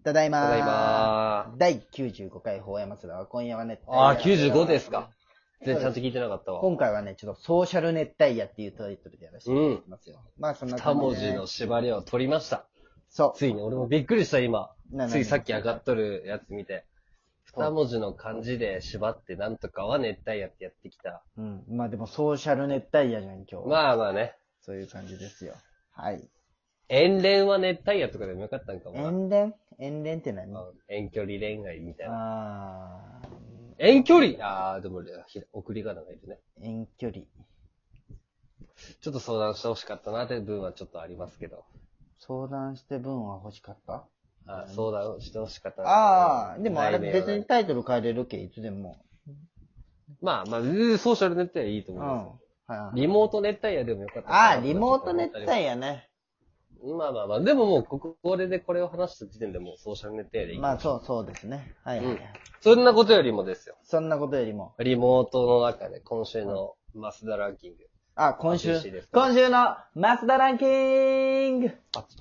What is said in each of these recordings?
ただいまー。 ただいまー。 第95回法山津田は今夜は熱帯夜。 あー、95ですか。全然ちゃんと聞いてなかったわ。 今回はね、ちょっとソーシャル熱帯夜っていうタイトルでやらせていただきますよ。まあそんな 2 感じで、 文字の縛りを取りました。 そう。 ついに、俺もびっくりした今。 なついさっき上がっとるやつ見て。 そう 2文字の漢字で縛ってなんとかは熱帯夜ってやってきた。 うん。まあでもソーシャル熱帯夜じゃん、今日は。 まあまあね。 そういう感じですよ。はい。 遠恋は熱帯夜とかでもよかったんかもな。 遠恋って何？ 遠距離恋愛みたいな。 あ遠距離でも、送り仮名がいるね。 遠距離。 ちょっと相談してほしかったなって分はちょっとありますけど。 相談して分は欲しかった？ 相談してほしかったな。 ああ、でもあれ別にタイトル変えれるけ、いつでも。 まあ、ソーシャル熱帯夜いいと思いますよ。 はいはい。 リモート熱帯夜でもよかったああ、リモート熱帯夜ね。 まあまあまあ、でももう、これでこれを話した時点でもうソーシャル熱帯夜でいい。 まあそうですね。はいはいはい。 そんなことよりもですよ。 そんなことよりも。 リモートの中で今週のマスダランキング。 あ、今週発表していいですか？ のマスダランキング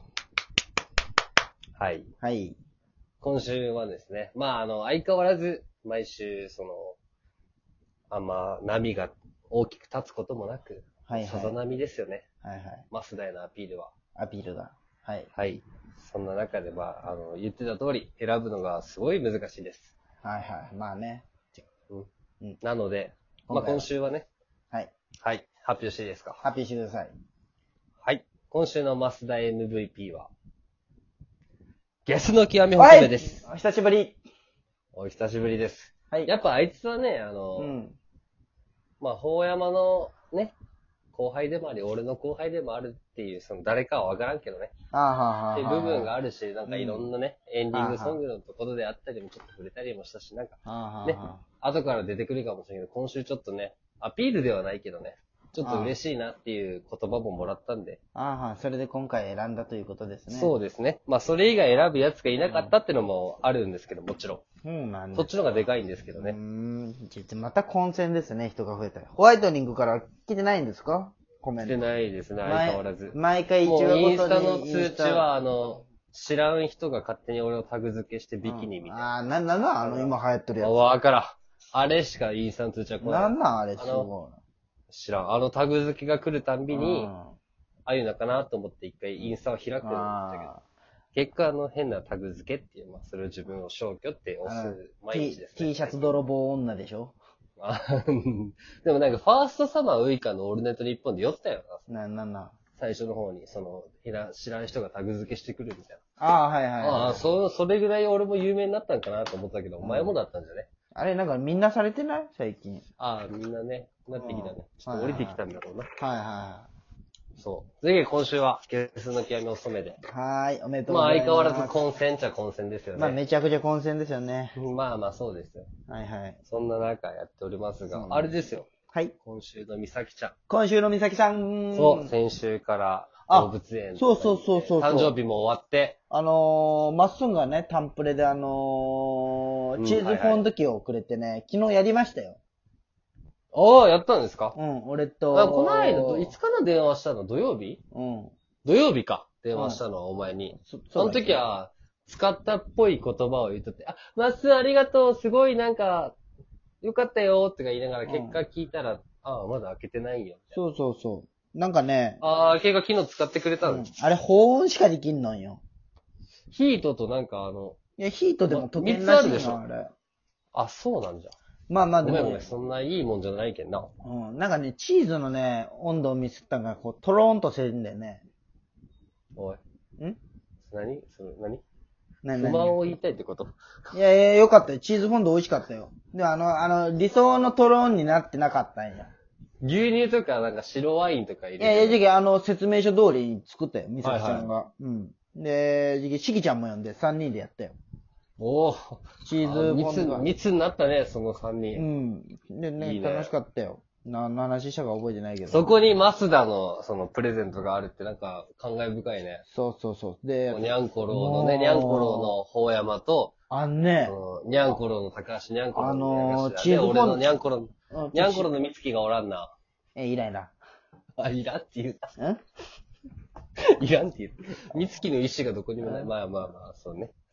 はい。 はい。 今週はですね、まあ相変わらず、毎週、あんま波が大きく立つこともなく、 はいはい。 さざ波ですよね。 はいはい。 マスダへのアピールは。 アピールが。はい。 はい。そんな中で、まあ、言ってた通り、選ぶのがすごい難しいです。 はいはい。まあね。 なので、まあ今週はね、 はい。 はい、発表していいですか？ 発表してください。 はい。今週のマスダ MVP は、ゲスの極み乙女です。 お久しぶり。 お久しぶりです。 はい。 やっぱあいつはね、まあ、法山のね、後輩でもあり、俺の後輩でもあるっていう、誰かはわからんけどね。 ああ、はあ、はあ。 っていう部分があるし、なんかいろんなね、エンディングソングのところであったりもちょっと触れたりもしたし、なんか、ね、後から出てくるかもしれないけど、今週ちょっとね、アピールではないけどね、ちょっと嬉しいなっていう言葉ももらったんで。 それで今回選んだということですね。 そうですね。まあ、それ以外選ぶやつがいなかったってのもあるんですけど、もちろん。 そうなんだ。 そっちの方がでかいんですけどね。 また混戦ですね、人が増えた。ホワイトニングから来てないんですか？コメント。 来てないですね、相変わらず。 毎回一話ごとに。 インスタの通知は、知らん人が勝手に俺をタグ付けしてビキニみたいな。 なんだ今流行ってるやつ。 わからん。あれしかインスタの通知は来ない。 なんあれすごい。 知らん。タグ付けが来るたんびに、ああいうのかなと思って一回インスタを開くようになったけど。結果変なタグ付けっていう、まあそれを自分を消去って押す毎日ですね。 T シャツ泥棒女でしょ？ でもなんかファーストサマーウイカのオールネット日本で酔ったよな。 最初の方に、知らん人がタグ付けしてくるみたいな。 はい。 それぐらい俺も有名になったんかなと思ったけど、お前もだったんじゃね？ あれなんかみんなされてない最近。 みんなね、なってきたね。ちょっと降りてきたんだろうな。 はい。 そう。ぜひ今週は、ゲスの極み乙女で。 おめでとうございます。 まあ相変わらず混戦っちゃ混戦ですよね。 まあめちゃくちゃ混戦ですよね。 まあそうですよ。 はい。 そんな中やっておりますが、あれですよ。 はい。 今週の美咲ちゃん。 今週の美咲さん。 そう、先週から動物園。 そう。 誕生日も終わって。 まっすんがね、タンプレでチーズフォンド機をくれてね、昨日やりましたよ。 やったんですか？ 俺と。 この間、いつから電話したの？土曜日？土曜日か。電話したのはお前に。その時は、使ったっぽい言葉を言っとって、まっすーありがとう、すごいなんか、よかったよって言いながら結果聞いたら、まだ開けてないよ。 そう。なんかね。 結果昨日使ってくれたの？ あれ保温しかできんのんよ。 ヒートとなんかいや、ヒートでも溶けんらしいのあれ。 そうなんじゃ。 まあでも。 ごめん、そんないいもんじゃないけんな。 なんかね、チーズのね、温度を見せたのが、トローンとしてるんだよね。 おい。何不不満を言いたいってこと？ いや、よかったよ。チーズフォンド美味しかったよ。で、理想のトローンになってなかったんや。 牛乳とかなんか白ワインとか入れて。いや、説明書通りに作ったよ、みさきちゃんが。で、しきちゃんも呼んで3人でやったよ。チーズフォンド。 密になったね、その3 人。でね、楽しかったよ。何の話したか覚えてないけど。 そこにマスダのプレゼントがあるってなんか感慨深いね。 そう。 で、ニャンコローのね、ニャンコローの法山と、ニャンコローの高橋、ニャンコローのチーズフォンド。 俺のニャンコローの美月がおらんな。 いらんな。 いらんって言うた。いらんって言うた。美月の意思がどこにもない。まあ、そうね。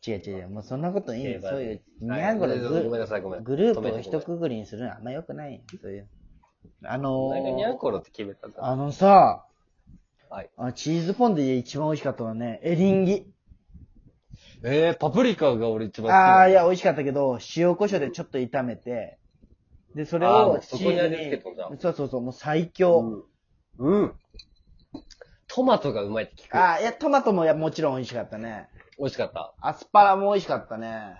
違う。もうそんなこといいんそういう、 にゃんこのグループを一括りにするのはあんま良くないよ。そういう。 なんかにゃんころって決めたんだ。 はい。チーズポンで一番美味しかったのはね、エリンギ。 パプリカが俺一番好き。 いや、美味しかったけど、塩コショウでちょっと炒めて、で、それをチーズに、そう、もう最強。 うん。トマトがうまいって聞く。 いや、トマトももちろん美味しかったね。 美味しかった。 アスパラも美味しかったね。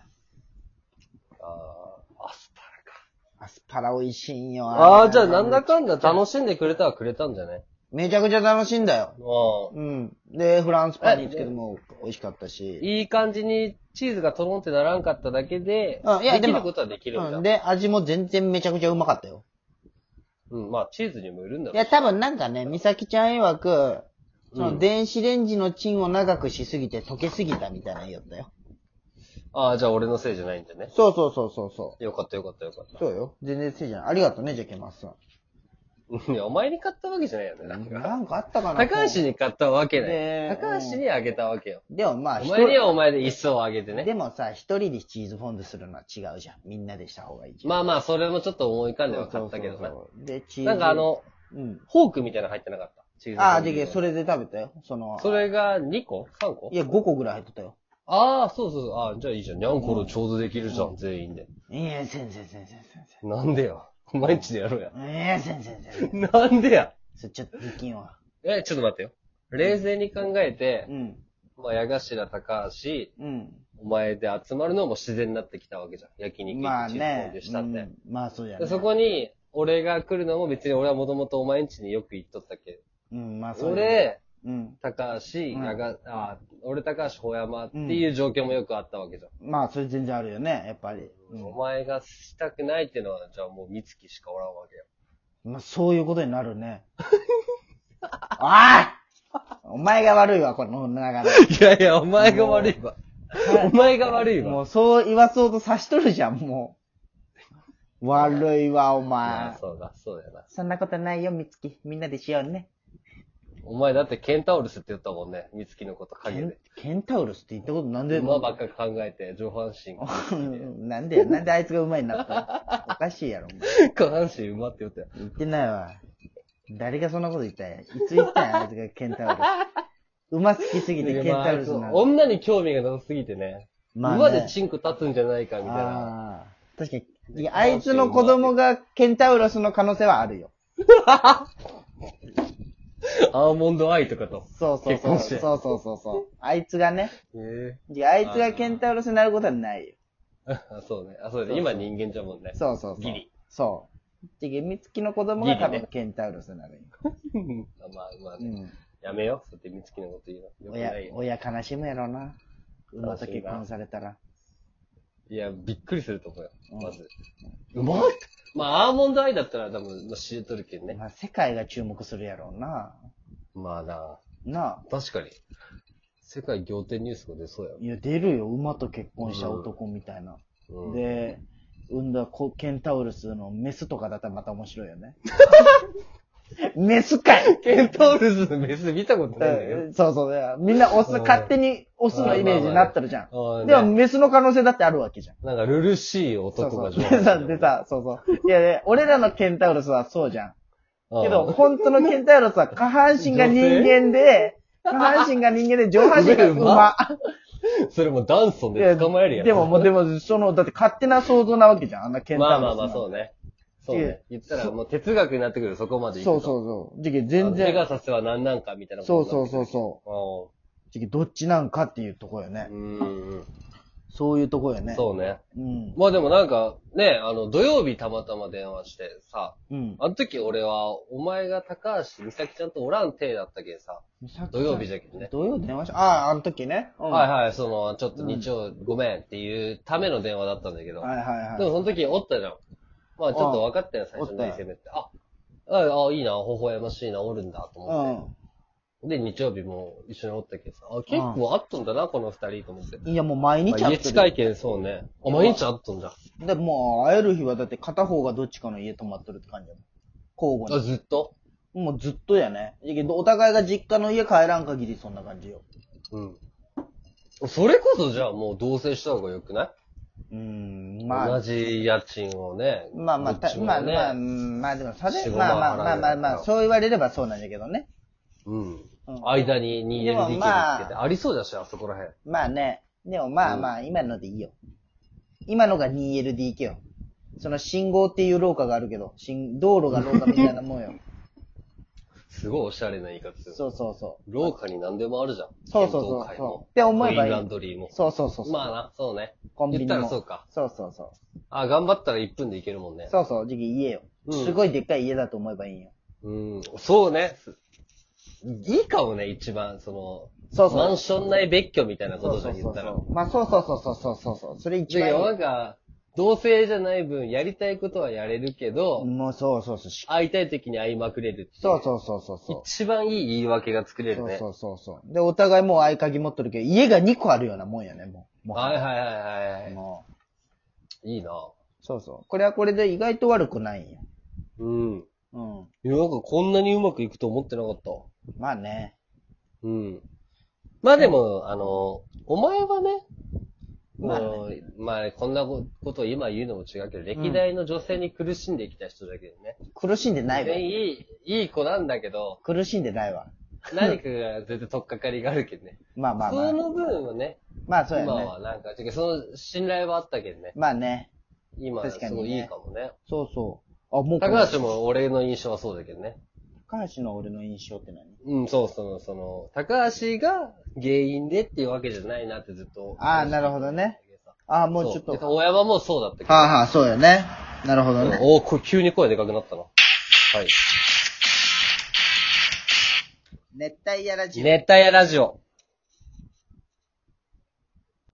アスパラか。 アスパラ美味しいんよ。 じゃあなんだかんだ楽しんでくれたんじゃないめちゃくちゃ楽しいんだよ。うん。で、フランスパンにつけても美味しかったし。 いい感じにチーズがトロンってならんかっただけで、できることはできるんだ。 で、味も全然めちゃくちゃうまかったよ。 まあ、チーズにもよるんだろう。 いや、多分なんかね、美咲ちゃん曰く、その電子レンジのチンを長くしすぎて溶けすぎたみたいな言ったよ。 じゃあ俺のせいじゃないんだね。 そう。 よかった。 そうよ。全然せいじゃない。ありがとうね、じゃけますさん。 いや、お前に買ったわけじゃないよね。 なんかあったかな。 高橋に買ったわけない。高橋にあげたわけよ。 でもまあ、 お前にはお前で一層あげてね。 でもさ、一人でチーズフォンデュするのは違うじゃん。みんなでした方がいいじゃん。 まあ、それもちょっと思い浮かんでは買ったけどな。 で、チーズ。 なんかフォークみたいなの入ってなかった。チーズ。 で、それで食べたよ。 それが2個 ?3 個いや、5個ぐらい入ってたよ。 そう。じゃあいいじゃん。にゃんころちょうどできるじゃん、全員で。 いや、先生。 なんでよ。毎日でやろうや。 先生。 なんでや。 ちょっとできんわ。 ちょっと待ってよ。冷静に考えて、まあ、矢頭高橋、お前で集まるのも自然になってきたわけじゃん。焼肉行ってチーズフォンデュしたって。 まあそうやね。 そこに、俺が来るのも別に俺はもともとお前ん家によく行っとったけど。 まあそう俺、高橋、俺高橋ほやまっていう状況もよくあったわけじゃん。 まあそれ全然あるよね、やっぱり。 お前がしたくないっていうのは、じゃあもう美月しかおらんわけよ。 まあそういうことになるね。お前が悪いわ、この流れ。いや、お前が悪いわ。お前が悪いわ。 もうそう言わそうとさしとるじゃん、もう。悪いわ、お前。 そうだな。 そんなことないよ、美月。みんなでしようね。 お前だってケンタウルスって言ったもんね。美月のこと影で。 ケンタウルスって言ったことなんで馬ばっか考えて、上半身。 なんであいつが馬になったのおかしいやろ、お前。下半身馬って言ったよ。 言ってないわ。誰がそんなこと言ったんや。いつ言ったんや、あいつがケンタウルス。馬好きすぎてケンタウルスなの。 女に興味がなさすぎてね。馬でチンコ立つんじゃないか、みたいな。 確かに。あいつの子供がケンタウロスの可能性はあるよ。 アーモンドアイとかと。 そう。あいつがね。あいつがケンタウロスになることはないよ。 そうね。そうね。今人間じゃもんね。 そう。 ギリ。 そう。美月の子供が多分ケンタウロスになるよ。 まあね。やめよう。そうやって美月のこと言うの。 親悲しむやろな。馬と結婚されたら。 いや、びっくりすると思うよ。まず。馬って。まあ、アーモンドアイだったら多分、知れとるけどね。 まあ、世界が注目するやろうな。 まあな。 なあ。 確かに。世界仰天ニュースが出そうや。 いや、出るよ。馬と結婚した男みたいな。で、産んだケンタウルスのメスとかだったらまた面白いよね。メスかいケンタウルスのメス見たことないんだよ。 そう。みんな勝手にオスのイメージになってるじゃん。でもメスの可能性だってあるわけじゃん。 なんかルルしい男が上手でさ、そう。いや、俺らのケンタウルスはそうじゃん。けど、本当のケンタウルスは下半身が人間で、上半身が馬。 それもダンソンで捕まえるやん。 でも、だって勝手な想像なわけじゃん、あんなケンタウルス。 まあ、そうね。そうね。言ったらもう哲学になってくる、そこまで行くと。そう。全然。 ペガサスは何なんかみたいなこと。 そう。どっちなんかっていうとこよね。そういうとこよね。 そうね。まあでもなんか、ね、土曜日たまたま電話してさ、あの時俺は、お前が高橋美咲ちゃんとおらん体だったけどさ、土曜日じゃけどね。 土曜日電話したあの時ね。 はい、ちょっと日曜ごめんっていうための電話だったんだけど。でもその時おったじゃん。まあちょっと分かったよ、最初の2戦目って。いいな、微笑ましいな、おるんだと思って。で、日曜日も一緒におったけどさ、結構あっとんだな、この二人と思って。 いや、もう毎日会ってる。 家近いけん、そうね。毎日会っとんじゃん。で、もう会える日はだって片方がどっちかの家泊まってるって感じだもん。交互に。 ずっともうずっとやね。お互いが実家の家帰らん限りそんな感じよ。 それこそじゃあもう同棲した方が良くない？ まあ。 同じ家賃をね。 まあ、でもそれ、まあ、そう言われればそうなんだけどね。 間に 2LDK つけて、ありそうだし、あそこら辺。 まあね。でもまあ、今のでいいよ。今のが 2LDK よ。その信号っていう廊下があるけど、道路が廊下みたいなもんよ。 すごいおしゃれな言い方する。 そう。 廊下に何でもあるじゃん。 そう。って思えばいい。 ランドリーも。 そう。 まあな、そうね。 コンビニも。 言ったらそうか。 そう。 頑張ったら1分で行けるもんね。 そう、家よ。すごいでっかい家だと思えばいいんよ。 そうね。いいかもね、一番、マンション内別居みたいなことじゃ言ったら。 まあ、そう。それ一番いい。 なんか、同性じゃない分、やりたいことはやれるけど、 もうそう。 会いたい時に会いまくれるっていう。 そう。 一番いい言い訳が作れるね。 そう。で、お互いもう合鍵持ってるけど、家が2個あるようなもんやね、もう。 はい。もう。いいな。 そう。これはこれで意外と悪くないんよ。 いや、なんかこんなにうまくいくと思ってなかった。 まあね。 まあでも、お前はね、まあ、こんなことを今言うのも違うけど、歴代の女性に苦しんできた人だけどね。 苦しんでないわ。 いい子なんだけど。 苦しんでないわ。 何かが絶対取っかかりがあるけどね。 まあ。 その分はね。 まあそうやね。 今はなんか、その信頼はあったけどね。 まあね。 今、すごいいいかもね。 そう。もう。 高橋も俺の印象はそうだけどね。 高橋の俺の印象って何？ そう、高橋が原因でっていうわけじゃないなってずっと。 なるほどね。もうちょっと。 大山もそうだったけど。 はあ、そうよね。なるほどね。 これ急に声でかくなったな。はい。 熱帯夜ラジオ。 熱帯夜ラジオ。